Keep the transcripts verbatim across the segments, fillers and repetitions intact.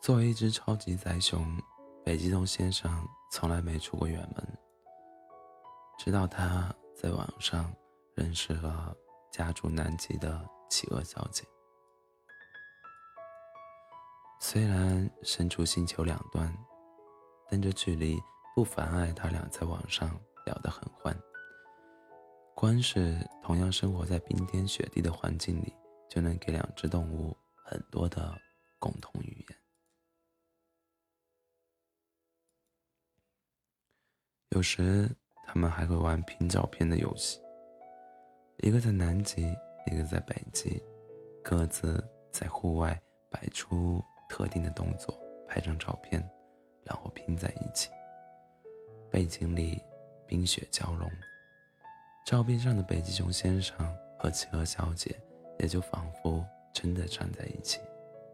作为一只超级宅熊，北极熊先生从来没出过远门，直到他在网上认识了家住南极的企鹅小姐。虽然身处星球两端，但这距离不妨碍他俩在网上聊得很欢。光是同样生活在冰天雪地的环境里，就能给两只动物很多的共同语言。有时他们还会玩拼照片的游戏，一个在南极，一个在北极，各自在户外摆出特定的动作，拍张照片，然后拼在一起。背景里冰雪交融，照片上的北极熊先生和企鹅小姐也就仿佛真的站在一起。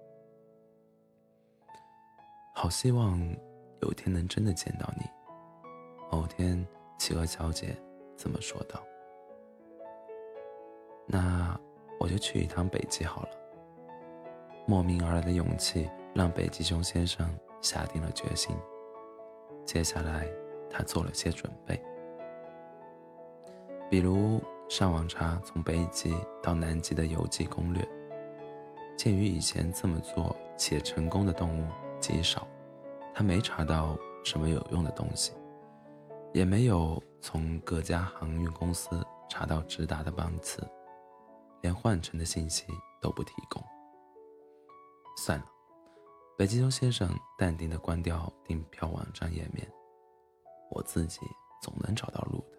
好希望有天能真的见到你。某天，企鹅小姐这么说道。那我就去一趟北极好了。莫名而来的勇气让北极熊先生下定了决心。接下来，他做了些准备，比如上网查从北极到南极的游记攻略。鉴于以前这么做且成功的动物极少，他没查到什么有用的东西，也没有从各家航运公司查到直达的班次，连换乘的信息都不提供。算了，北极熊先生淡定地关掉订票网站页面，我自己总能找到路的。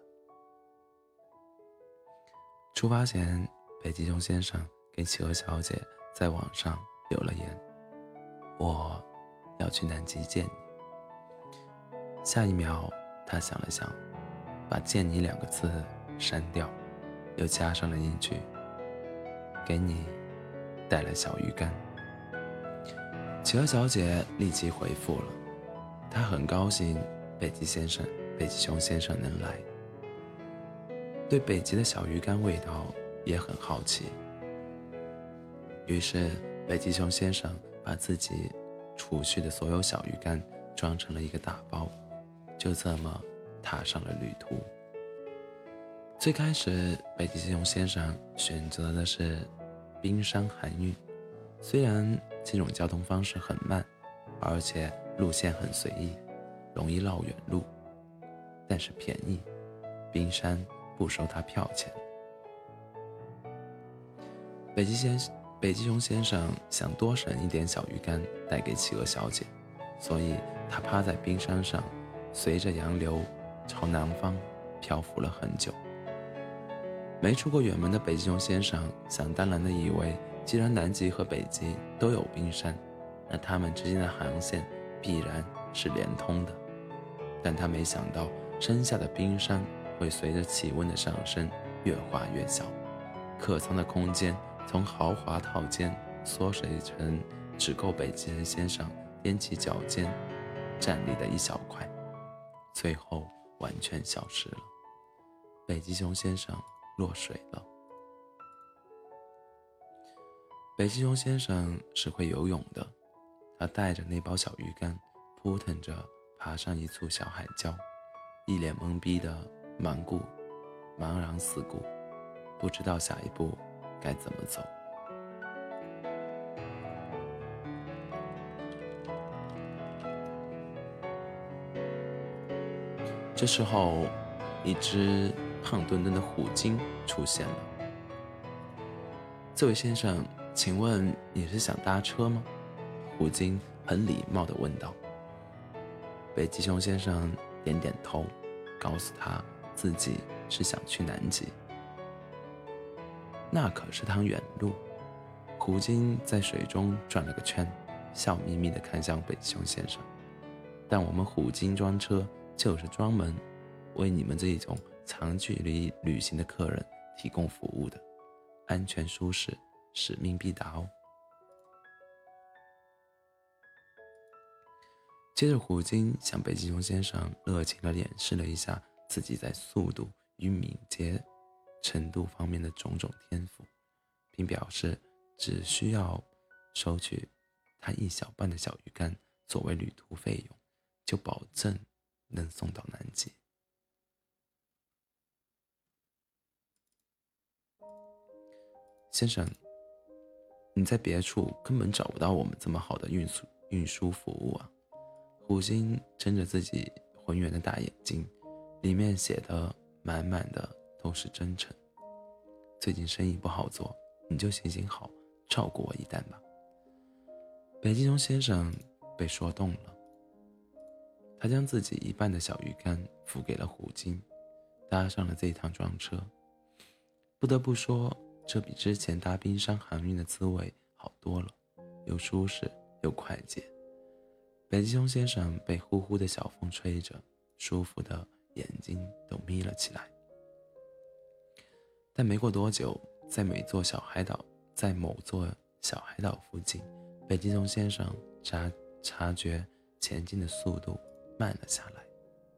出发前，北极熊先生给企鹅小姐在网上留了言：我要去南极见你。下一秒，他想了想，把见你两个字删掉，又加上了一句：给你带来小鱼干。企鹅小姐立即回复了，她很高兴北极先生、北极熊先生能来，对北极的小鱼干味道也很好奇。于是，北极熊先生把自己储蓄的所有小鱼干装成了一个大包，就这么踏上了旅途。最开始，北极熊先生选择的是冰山航运，虽然这种交通方式很慢，而且路线很随意，容易绕远路，但是便宜，冰山不收他票钱。北极先北极熊先生想多省一点小鱼干带给企鹅小姐，所以他趴在冰山上，随着洋流朝南方漂浮了很久。没出过远门的北极熊先生想当然地以为，既然南极和北极都有冰山，那它们之间的航线必然是连通的。但他没想到，山下的冰山会随着气温的上升越化越小，客舱的空间从豪华套间缩水成只够北极人先生踮起脚尖站立的一小块，最后完全消失了。北极熊先生落水了。北极熊先生是会游泳的，他带着那包小鱼干，扑腾着爬上一簇小海礁，一脸懵逼的茫顾茫然四顾，不知道下一步该怎么走。这时候，一只胖墩墩的虎鲸出现了。这位先生，请问你是想搭车吗？虎鲸很礼貌地问道。北极熊先生点点头，告诉他自己是想去南极。那可是趟远路。虎鲸在水中转了个圈，笑眯眯地看向北极熊先生。但我们虎鲸专车就是专门为你们这一种长距离旅行的客人提供服务的，安全舒适，使命必达哦。接着虎鲸向北极熊先生热情地演示了一下自己在速度与敏捷程度方面的种种天赋，并表示只需要收取看一小半的小鱼干作为旅途费用，就保证能送到南极。先生，你在别处根本找不到我们这么好的运输运输服务啊！虎鲸睁着自己浑圆的大眼睛，里面写的满满的都是真诚。最近生意不好做，你就行行好，照顾我一担吧。北极熊先生被说动了，他将自己一半的小鱼干付给了虎鲸，搭上了这趟装车。不得不说，这比之前搭冰山航运的滋味好多了，又舒适又快捷。北极熊先生被呼呼的小风吹着，舒服的眼睛都眯了起来。但没过多久，在每座小海岛，在某座小海岛附近，北极熊先生察察觉前进的速度慢了下来。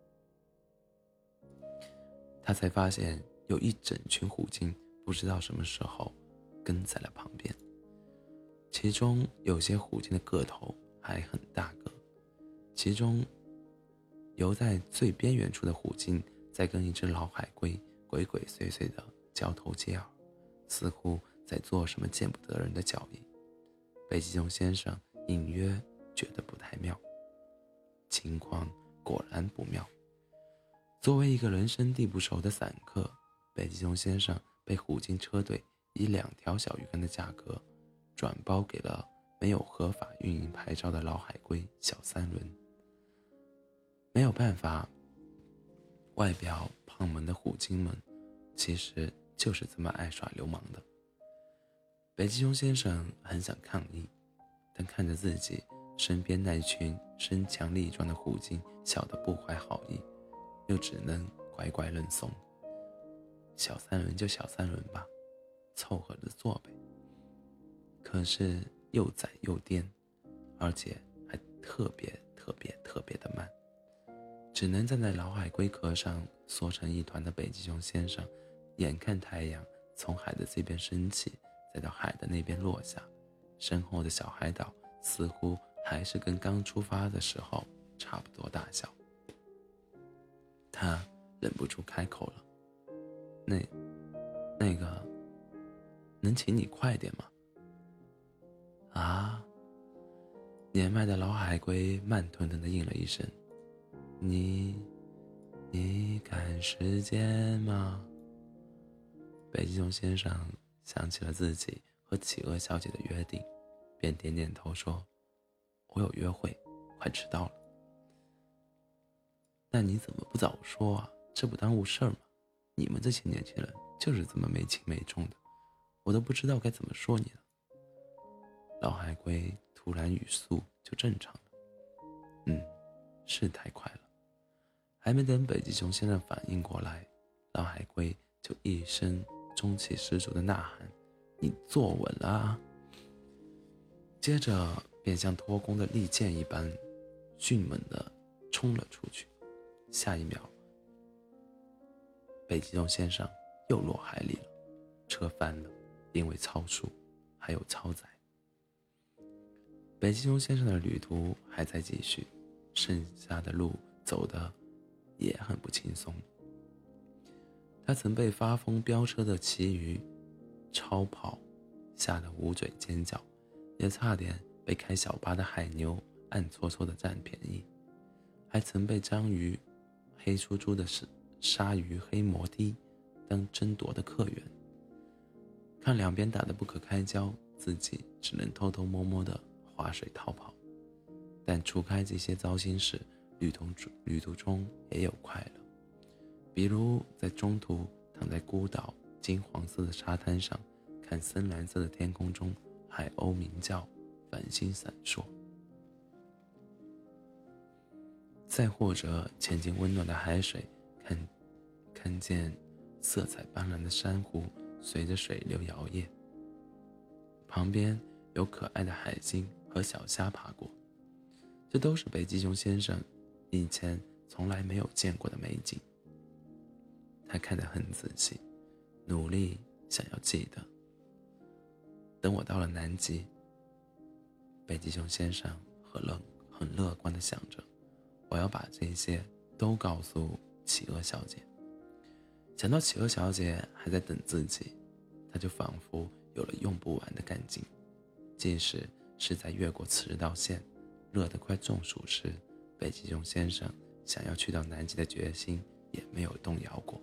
他才发现有一整群虎鲸不知道什么时候跟在了旁边，其中有些虎鲸的个头还很大个，其中游在最边缘处的虎鲸在跟一只老海龟鬼鬼祟祟地交头接耳，似乎在做什么见不得人的交易。北极熊先生隐约觉得不太妙，情况果然不妙。作为一个人生地不熟的散客，北极熊先生被虎鲸车队以两条小鱼干的价格转包给了没有合法运营牌照的老海龟小三轮。没有办法，外表胖萌的虎鲸们其实就是这么爱耍流氓的。北极熊先生很想抗议，但看着自己身边那群身强力壮的虎鲸笑得不怀好意，又只能乖乖认怂。小三轮就小三轮吧，凑合着做呗。可是又窄又颠，而且还特别特别特别的慢，只能站在老海龟壳上缩成一团的北极熊先生，眼看太阳从海的这边升起，再到海的那边落下，身后的小海岛似乎还是跟刚出发的时候差不多大小。他忍不住开口了：“那……那个，能请你快点吗？”啊！年迈的老海龟慢吞吞地应了一声：“你……你赶时间吗？”北极熊先生想起了自己和企鹅小姐的约定，便点点头说：“我有约会，快迟到了。”那你怎么不早说啊？这不耽误事儿吗？你们这些年轻人就是这么没轻没重的，我都不知道该怎么说你了。老海龟突然语速就正常了。嗯，是太快了。还没等北极熊先生反应过来，老海龟就一声中气十足的呐喊：“你坐稳了啊！”接着便像脱弓的利箭一般，迅猛地冲了出去。下一秒，北极熊先生又落海里了，车翻了，因为超速，还有超载。北极熊先生的旅途还在继续，剩下的路走得也很不轻松。他曾被发疯飙车的骑鱼超跑吓得捂嘴尖叫，也差点被开小巴的海牛暗搓搓的占便宜，还曾被章鱼黑出猪的鲨鱼黑摩的当争夺的客源。看两边打得不可开交，自己只能偷偷摸摸地划水逃跑。但除开这些糟心事，旅途旅途中也有快乐，比如在中途躺在孤岛金黄色的沙滩上，看深蓝色的天空中海鸥鸣叫，繁星闪烁。再或者潜进温暖的海水，看看见色彩斑斓的珊瑚随着水流摇曳，旁边有可爱的海星和小虾爬过。这都是北极熊先生以前从来没有见过的美景。他看得很仔细，努力想要记得。等我到了南极， 北极熊先生很乐很乐观地想着，我要把这些都告诉企鹅小姐。想到企鹅小姐还在等自己，他就仿佛有了用不完的干劲。即使是在越过赤道线，热得快中暑时，北极熊先生想要去到南极的决心也没有动摇过。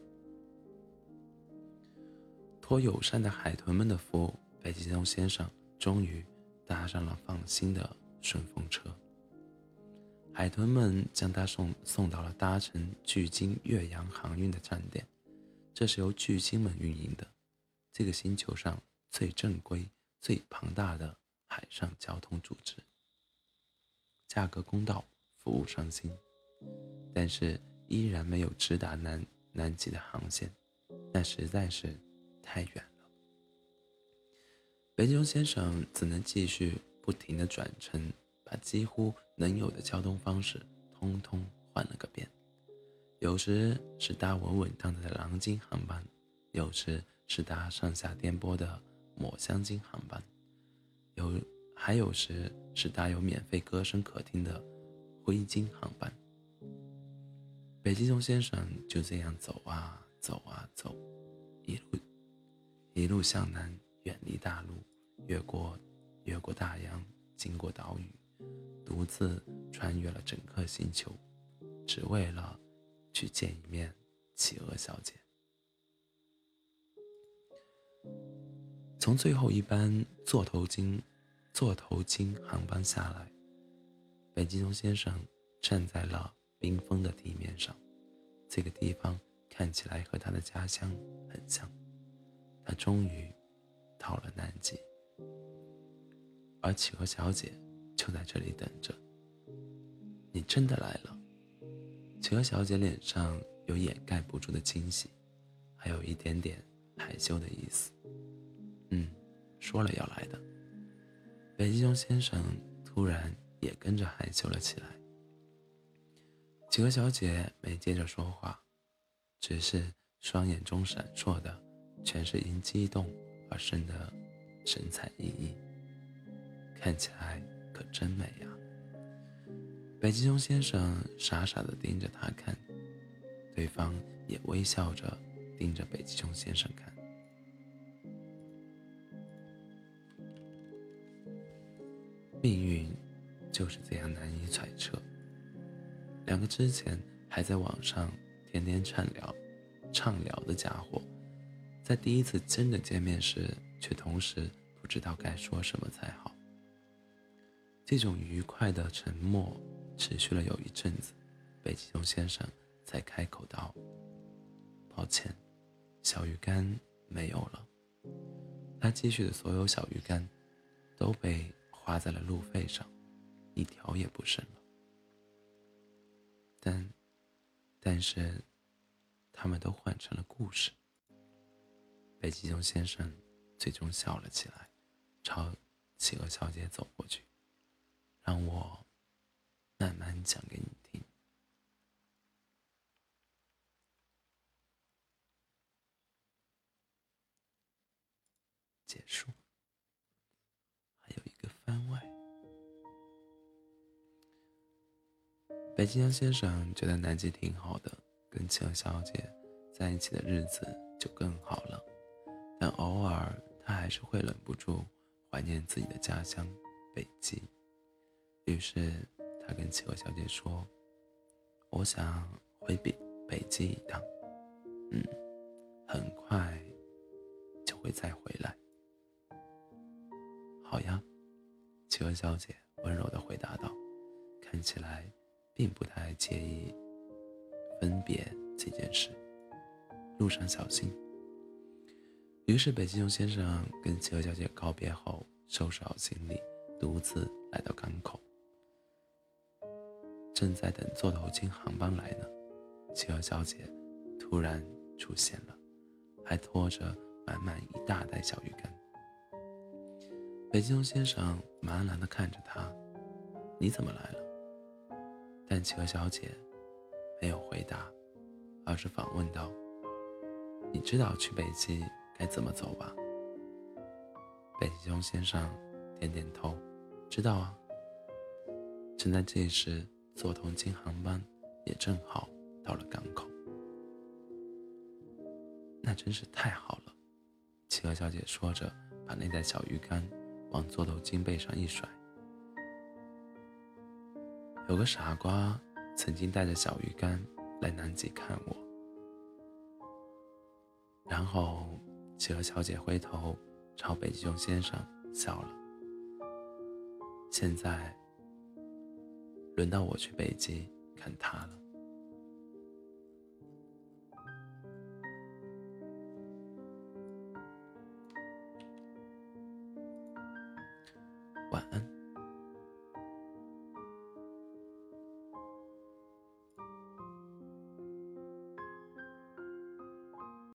托友善的海豚们的福，北极熊先生终于搭上了放心的顺风车。海豚们将他送送到了搭乘距今岳阳航运的站点，这是由巨鲸们运营的，这个星球上最正规、最庞大的海上交通组织。价格公道，服务上心，但是依然没有直达南南极的航线，那实在是太远了。北极熊先生只能继续不停地转乘，把几乎能有的交通方式通通换了个遍。有时是搭稳稳当当的狼鲸航班，有时是搭上下颠簸的抹香鲸航班，有还有时是搭有免费歌声可听的灰鲸航班。北极熊先生就这样走啊走啊走，一路一路向南，远离大陆，越过越过大洋，经过岛屿，独自穿越了整个星球，只为了去见一面企鹅小姐。从最后一班座头鲸座头鲸航班下来，北极熊先生站在了冰封的地面上，这个地方看起来和他的家乡很像。他终于到了南极，而企鹅小姐就在这里等着。你真的来了。企鹅小姐脸上有掩盖不住的惊喜，还有一点点害羞的意思。嗯，说了要来的。北极熊先生突然也跟着害羞了起来。企鹅小姐没接着说话，只是双眼中闪烁的全是因激动而生的神采奕奕，看起来可真美啊。北极熊先生傻傻地盯着她看，对方也微笑着盯着北极熊先生看。命运就是这样难以揣测。两个之前还在网上天天畅聊畅聊的家伙，在第一次真的见面时，却同时不知道该说什么才好。这种愉快的沉默持续了有一阵子，北极熊先生才开口道：抱歉，小鱼干没有了。他积蓄的所有小鱼干都被花在了路费上，一条也不剩了。但但是他们都换成了故事。北极熊先生最终笑了起来，朝企鹅小姐走过去，让我慢慢讲给你听。结束。还有一个番外。北极熊先生觉得南极挺好的，跟企鹅小姐在一起的日子就更好了，但偶尔他还是会忍不住怀念自己的家乡北极。于是他跟企鹅小姐说：我想回北北极一趟，嗯，很快就会再回来。好呀，企鹅小姐温柔地回答道，看起来并不太介意分别这件事。路上小心。于是北极熊先生跟企鹅小姐告别后，收拾好行李，独自来到港口。正在等座头鲸航班来呢，企鹅小姐突然出现了，还拖着满满一大袋小鱼干。北极熊先生茫然地看着他：你怎么来了？但企鹅小姐没有回答，而是反问道：你知道去北极该怎么走吧？北极熊先生点点头， 知道啊，正在这时，坐同经航班也正好到了港口。那真是太好了，企鹅小姐说着，把那袋小鱼干往座头巾背上一甩。有个傻瓜曾经带着小鱼干来南极看我。然后企鹅小姐回头朝北极熊先生笑了。现在轮到我去北极看他了。晚安。